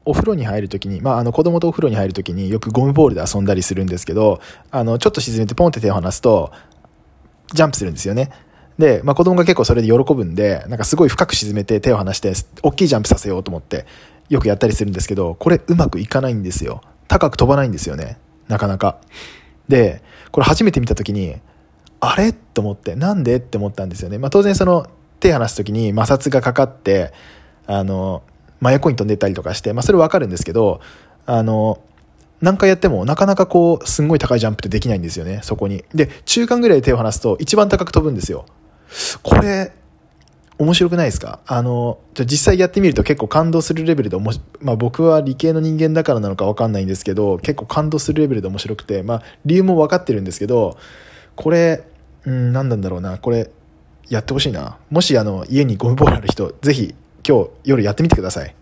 お風呂に入るときに、子供とお風呂に入るときによくゴムボールで遊んだりするんですけど、ちょっと沈めてポンって手を離すとジャンプするんですよね。で、子供が結構それで喜ぶんで、なんかすごい深く沈めて手を離して大きいジャンプさせようと思ってよくやったりするんですけど、これうまくいかないんですよ。高く飛ばないんですよね、なかなか。で、これ初めて見たときにあれと思って、なんでって思ったんですよね。当然その手離すときに摩擦がかかって真横に飛んでったりとかして、それ分かるんですけど、何回やってもなかなかこうすんごい高いジャンプってできないんですよね、そこに。で、中間ぐらいで手を離すと一番高く飛ぶんですよ。これ面白くないですか？実際やってみると結構感動するレベルで僕は理系の人間だからなのか分かんないんですけど、結構感動するレベルで面白くて、理由も分かってるんですけど、これ何なんだろうな、これやってほしいな。もし家にゴムボールある人、ぜひ今日夜やってみてください。